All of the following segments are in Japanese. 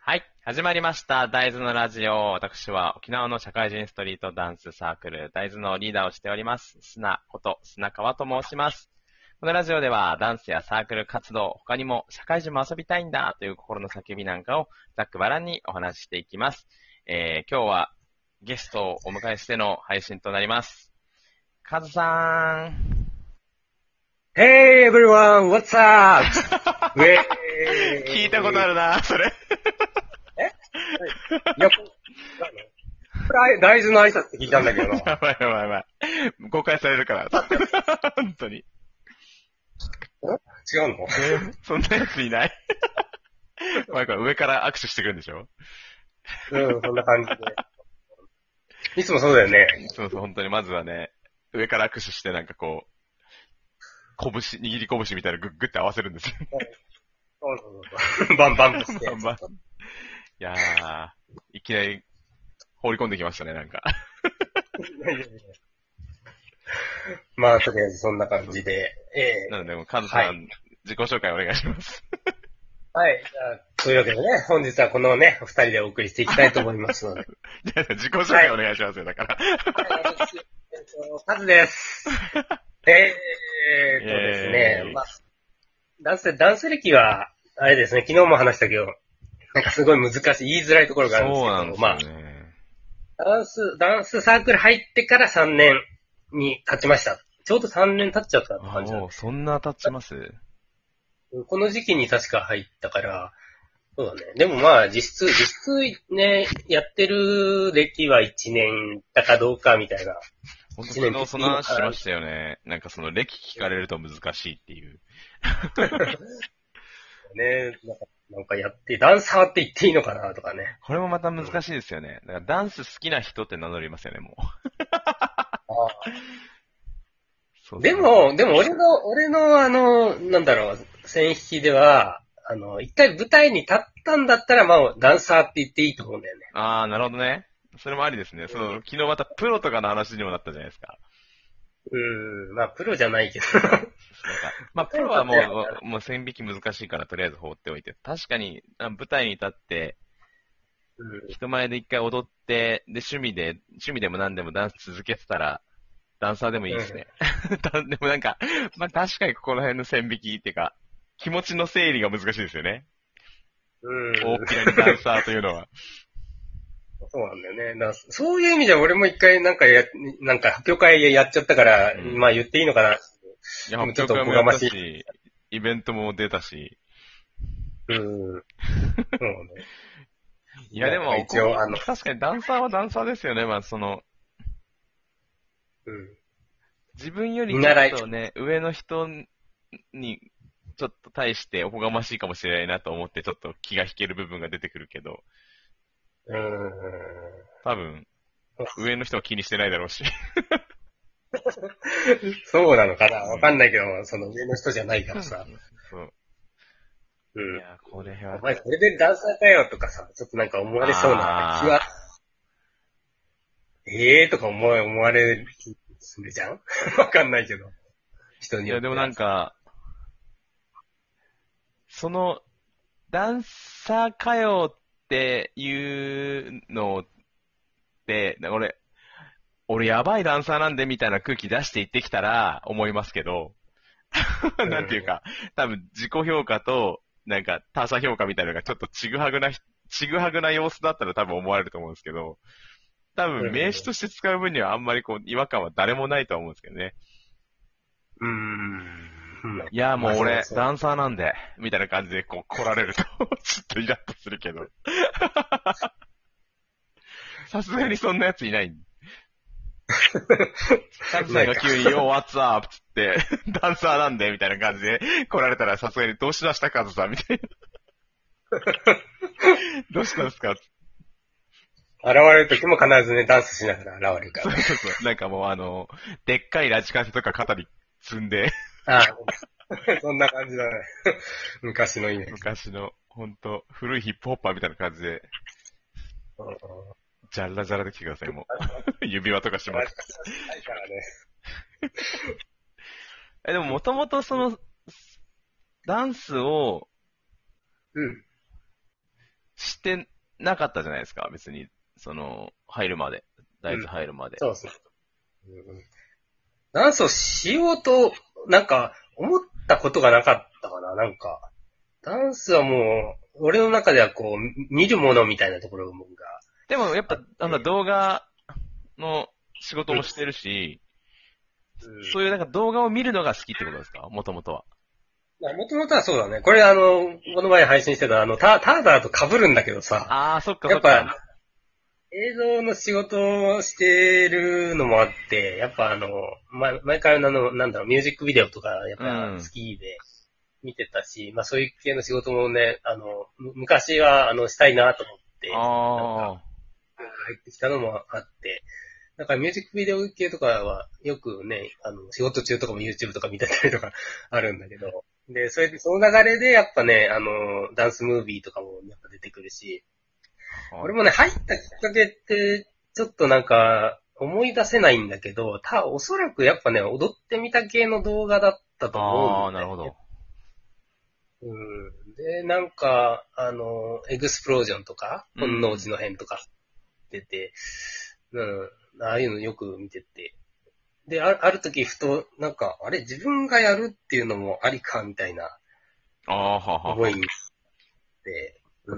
はい。始まりました。大豆のラジオ。私は沖縄の社会人ストリートダンスサークル、大豆のリーダーをしております。砂こと砂川と申します。このラジオではダンスやサークル活動、他にも社会人も遊びたいんだという心の叫びなんかをざっくばらんにお話ししていきます。今日はゲストをお迎えしての配信となります。カズさん。 Hey everyone, what's up? ウェー聞いたことあるな、それ。 いや、大豆の挨拶って聞いたんだけどな。 やばいやばいやばい。誤解されるから。本当に。 違うのそんなやついない。前から上から握手してくるんでしょ？ うん、そんな感じで。いつもそうだよね。 そうそう、本当にまずはね、上から握手してなんかこう、握り拳みたいなグッグって合わせるんですよ。 そうそうそう。バンバンとして。 バンバン。いやー、いきなり放り込んできましたね、なんか。 まあ、とりあえずそんな感じで。 なので、カズさん、 はい、 自己紹介お願いします。 はい。じゃあというわけでね、本日はこのね、二人でお送りしていきたいと思いますので。 じゃあ自己紹介お願いしますよ、だから。 はい、私、カズです。ですね、まあ、ダンス歴は、あれですね、昨日も話したけど、なんかすごい難しい、言いづらいところがあるんですけど、 そうなんですよね。 ダンスサークル入ってから3年に経ちました。ちょうど3年経っちゃったって感じなんもう、 です。 そんな経ちます？ この時期に確か入ったから、そうだね。でもまあ、実質ね、やってる歴は1年だかどうかみたいな。 本当 1年昨日その話しましたよね。なんかその歴聞かれると難しいっていう。 ね、なんかやって、ダンサーって言っていいのかなとかね。 これもまた難しいですよね。だからダンス好きな人って名乗りますよね、もう。そうそうそう。 でも俺のなんだろう、線引きでは、一回舞台に立ったんだったら、まあ、ダンサーって言っていいと思うんだよね。 あー、なるほどね。それもありですね。昨日またプロとかの話にもなったじゃないですか。 まあ、プロじゃないけど。 なんか、まあ、プロはもう線引き難しいからとりあえず放っておいて。確かに、舞台に立って、人前で一回踊って、で、趣味でも何でもダンス続けてたら、ダンサーでもいいですね。でもなんか、まあ確かにここら辺の線引きっていうか、気持ちの整理が難しいですよね。大っぴらにダンサーというのは。 そうなんだよね。そういう意味では俺も一回なんか発表会やっちゃったから、まあ言っていいのかな。 いや、発ちょっとお表会もやったこがましい。 し、イベントも出たし。 そうね。 いや、でも、 一応確かにダンサーはダンサーですよね。まあ、自分よりちょ見習い。 っとね、上の人に、ちょっと対しておこがましいかもしれないなと思って、ちょっと気が引ける部分が出てくるけど、 うーん。 多分、上の人は気にしてないだろうし。 そうなのかなうん。 わかんないけど、その上の人じゃないからさ。 そう。いや、これは、 お前これでダンサーかよとかさ、ちょっとなんか思われそうな気は、 あとか思われるじゃんわかんないけど。人にいや、でもなよっては。 んか、その、ダンサーかよっていうのって、俺やばいダンサーなんでみたいな空気出していってきたら思いますけど、 うなんていうん。 か、多分自己評価と、なんか他者評価みたいなのがちょっとちぐはぐな様子だったら多分思われると思うんですけど、多分名詞として使う分にはあんまりこう違和感は誰もないと思うんですけどね。 うん。 いや、もまあう俺、 そう。 ダンサーなんで、みたいな感じでこう来られるとちょっとイラッとするけど。さすがにそんなやついない。カズさんが急に、よ、What's up? つって、ダンサーなんで、みたいな感じで来られたらさすがにどうしましたカズさんみたいな。どうしたんですか？ 現れる時も必ずね、ダンスしながら現れるからね。 そうそうそう。なんかもうでっかいラジカセとか肩に積んで、 ああ、そんな感じだね。昔のイメージ。 昔の、ほんと、古いヒップホッパーみたいな感じで、 うん。 ジャラジャラで来てください、もう。指輪とかします。 ないからね。 でももともとダンスをうん。 ししてなかったじゃないですか、別に。入るまで。大豆入るまで。 そうですね。ダンスをしようと、なんか、思ったことがなかったかな、なんか。ダンスはもう、俺の中ではこう、見るものみたいなところがでもやっぱ、 あって。 動画の仕事もしてるし、 うん。 そういうなんか動画を見るのが好きってことですか、もともとは。 もともとはそうだね。これこの前配信してたターダーと被るんだけどさ、 ああ、そっかやっぱ、 そっか。 映像の仕事をしてるのもあって、やっぱ毎回なんだろう、ミュージックビデオとか、やっうぱ好ん。 きで見てたし、まあそういう系の仕事もね、昔は、したいなと思って、なんか、 あ入ってきたのもあって、なんかミュージックビデオ系とかはよくね、仕事中とかも YouTube とか見てたりとかあるんだけど、で、その流れでやっぱね、ダンスムービーとかもやっぱ出てくるし、 あ。 俺もね、入ったきっかけって、ちょっとなんか、思い出せないんだけど、おそらくやっぱね、踊ってみた系の動画だったと思うんああ、なだよね。 るほど。 うん。で、なんか、エグスプロージョンとか、 うん。 本能寺の変とか出て、うん。ああいうのよく見てて。で、ある時ふと、なんか、あれ、自分がやるっていうのもありか、みたいなああ、ははは。 思いになって、うん。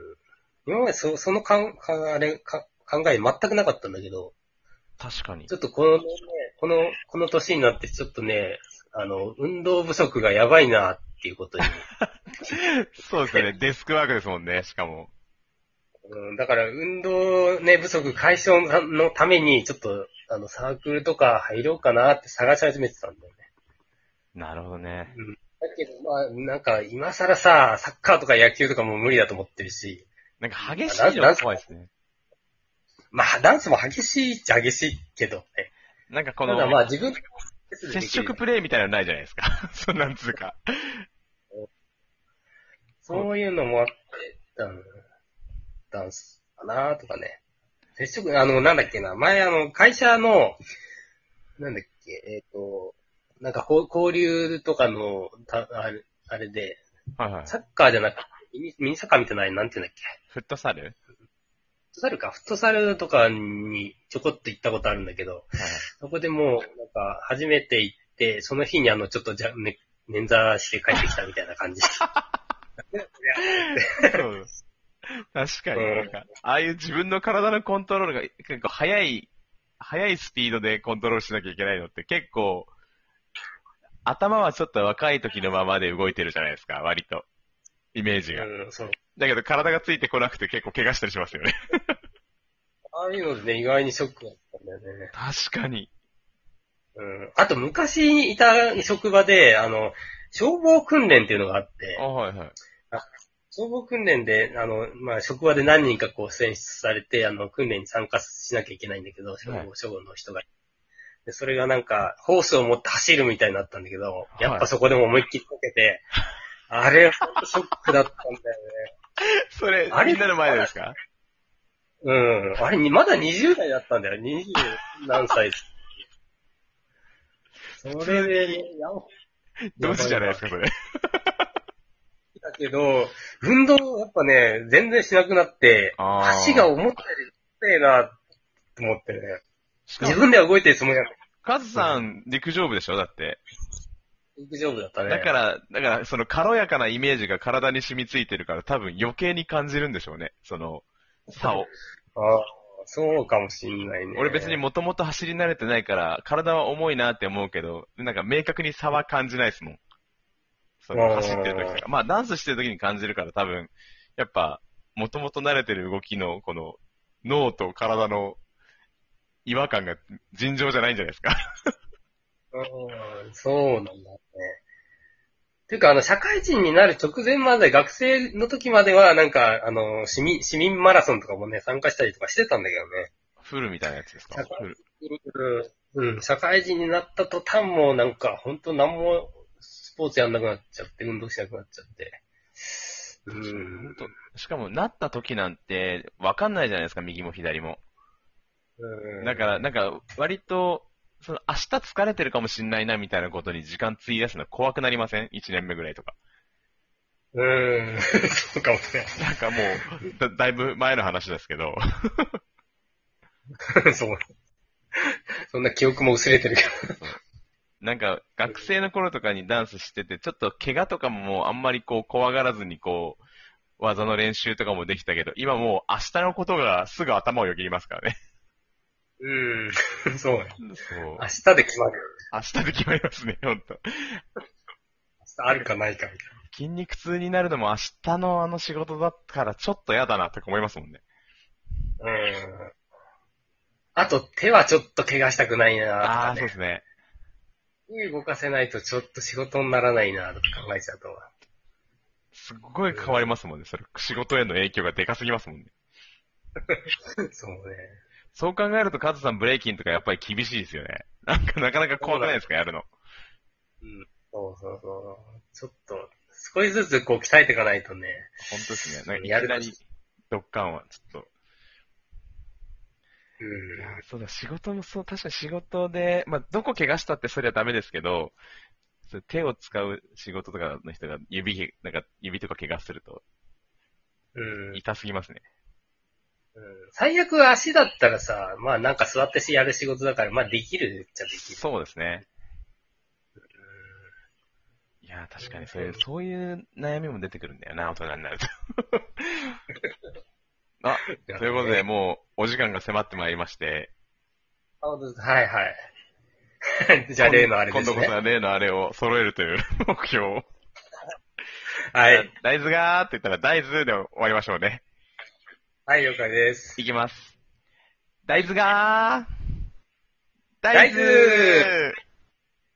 今までその考え全くなかったんだけど、 確かに。 ちょっとこのね、この年になってちょっとね、運動不足がやばいなっていうことにそうですよね。デスクワークですもんね、しかも。 うん、だから運動ね、不足解消のために、ちょっと、サークルとか入ろうかなって探し始めてたんだよね。 なるほどね。 うん。だけど、まあ、なんか、今更さ、サッカーとか野球とかも無理だと思ってるし、 なんかまあ、 激しいのダンス、 怖いですね。 まあ、ダンスも激しいっちゃ激しいけどね。 なんかこの、 ただまあ、自分で接できるじゃん。 触プレイみたいなのないじゃないですか。そうなんつうか。こそういうのもあって、ダンスかなとかね。接触、なんだっけな、前会社の、なんだっけ、なんか交流とかの、あれで、 はいはい。 サッカーじゃなくて、ミニサッカーみたいなのなんていうんだっけ。 フットサルフットサルとかにちょこっと行ったことあるんだけど、 はいはい。 そこでもう、なんか、初めて行って、その日にちょっとね、捻挫して帰ってきたみたいな感じ。 そう。確かになんうん。 か、ああいう自分の体のコントロールが結構速いスピードでコントロールしなきゃいけないのって結構、頭はちょっと若い時のままで動いてるじゃないですか、割と。イメージが。 うん、そう。 だけど体がついてこなくて結構怪我したりしますよね。 ああいうのでね、意外にショックだったんだよね。 確かに。 うん。あと、昔いた職場で、消防訓練っていうのがあっあ、 て、 はいはい。 あ消防訓練で、まあ、職場で何人かこう選出されて、訓練に参加しなきゃいけないんだけど、 はい。 消防の人が。で、それがなんか、ホースを持って走るみたいになったんだけど、やっはい。 ぱそこでも思いっきりこけて、あれ、ほんとショックだったんだよね。 それ、 あれ、 みんなの前でですか？ うん。あれ、まだ20代だったんだよ。20何歳。そ普れでね、 通に、ドジやばいな。 じゃないですか、それ。 だけど、運動やっぱね、全然しなくなって、足がああ。 思ったより強いなと思ってね。 しかも、 自分では動いてるつもりなんだけカズど。うん。 さん陸上部でしょだって。 陸上部だったね。 だから、その軽やかなイメージが体に染みついてるから多分余計に感じるんでしょうね。その、差を。 ああ、そうかもしんない俺別にね。 もともと走り慣れてないから、体は重いなって思うけど、なんか明確に差は感じないですもん。そうの、走ってる時とん。 か。まあ、ダンスしてる時に感じるから多分、やっぱ、もともと慣れてる動きの、この、脳と体の違和感が尋常じゃないんじゃないですか。 うん、そうなんだね。ていうか、社会人になる直前まで、学生の時までは、なんか、市民マラソンとかもね、参加したりとかしてたんだけどね。 フルみたいなやつですか？ 社会フル。 人、うん、社会人になった途端も、なんか、本当何もスポーツやんなくなっちゃって、運動しなくなっちゃって。う確かに、 ん。 本当しかも、なった時なんて、わかんないじゃないですか、右も左も。 うだから、 ん。 なんか、割と、その、明日疲れてるかもしんないな、みたいなことに時間費やすの怖くなりません？ 1 年目ぐらいとか。 そうかもね。 なんかもう、だいぶ前の話ですけど、 そう。そんな記憶も薄れてるけど。 なんか学生の頃とかにダンスしてて、ちょっと怪我とかももうあんまりこう怖がらずにこう、技の練習とかもできたけど、今もう明日のことがすぐ頭をよぎりますからね。 そうね。 そう。 明日で決まるよ。 明日で決まりますね、ほんと。 明日あるかないかみたい筋肉痛になるのも明日のあの仕事だったからちょっと嫌だなとか思いますもんね。 な。あと、手はちょっと怪我したくないなとああ、そうかね。 ですね。 手動かせないとちょっと仕事にならないなとか考えちゃうと。 すっごい変わりますもんね。それ、仕事への影響がでかすぎますもんね。 そうね。 そう考えるとカズさんブレイキンとかやっぱり厳しいですよね。なんかなかなか怖くないですか、やるの。 そうそうそう。ちょっと、少しずつこう鍛えていかないとね。 ほんとですね。なんかいやるきなり、ドッカンはちょっと。 うん。 いやー、そうだ、仕事もそう、確かに仕事で、まあ、どこ怪我したってそれはダメですけど、そう手を使う仕事とかの人がなんか指とか怪我するとうん。 痛すぎますね。 最悪足だったらさ、まあなんか座ってやる仕事だから、まあできるっちゃできる。 そうですね。いやー、確かにそういう悩みも出てくるんだよな、大人になると。あ、ということで、もうお時間が迫ってまいりまして、 はいはい。じゃあ例のあれですね。 今度こそは例のあれを揃えるという目標を。 はい。 大豆がーって言ったら大豆で終わりましょうね。 はい、了解です。 いきます。大豆がー大大豆豆